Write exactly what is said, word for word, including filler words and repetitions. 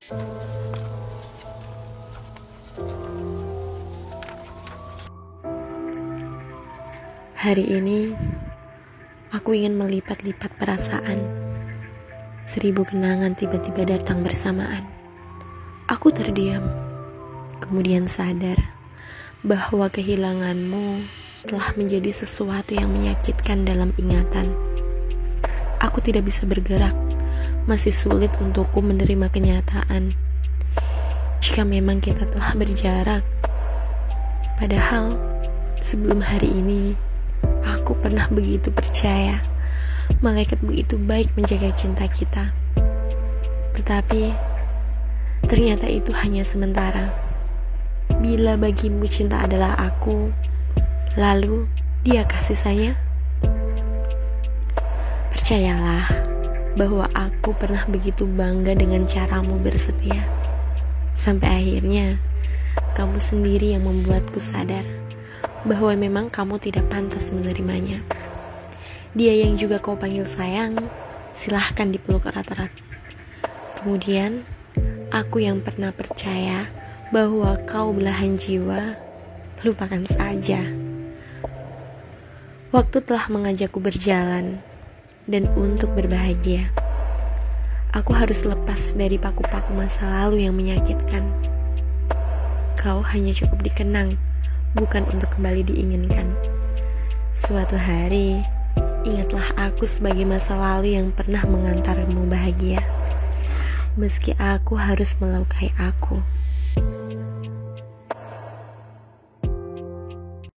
Hari ini, aku ingin melipat-lipat perasaan. Seribu kenangan tiba-tiba datang bersamaan. Aku terdiam, kemudian sadar bahwa kehilanganmu telah menjadi sesuatu yang menyakitkan dalam ingatan. Aku tidak bisa bergerak, masih sulit untukku menerima kenyataan jika memang kita telah berjarak. Padahal sebelum hari ini aku pernah begitu percaya malaikat begitu baik menjaga cinta kita. Tetapi ternyata itu hanya sementara. Bila bagimu cinta adalah aku, lalu dia kasih saya. Percayalah bahwa aku pernah begitu bangga dengan caramu bersetia. Sampai akhirnya kamu sendiri yang membuatku sadar bahwa memang kamu tidak pantas menerimanya. Dia yang juga kau panggil sayang, silahkan dipeluk erat-erat. Kemudian aku yang pernah percaya bahwa kau belahan jiwa, lupakan saja. Waktu telah mengajakku berjalan dan untuk berbahagia. Aku harus lepas dari paku-paku masa lalu yang menyakitkan. Kau hanya cukup dikenang, bukan untuk kembali diinginkan. Suatu hari, ingatlah aku sebagai masa lalu yang pernah mengantarmu bahagia. Meski aku harus melukai aku.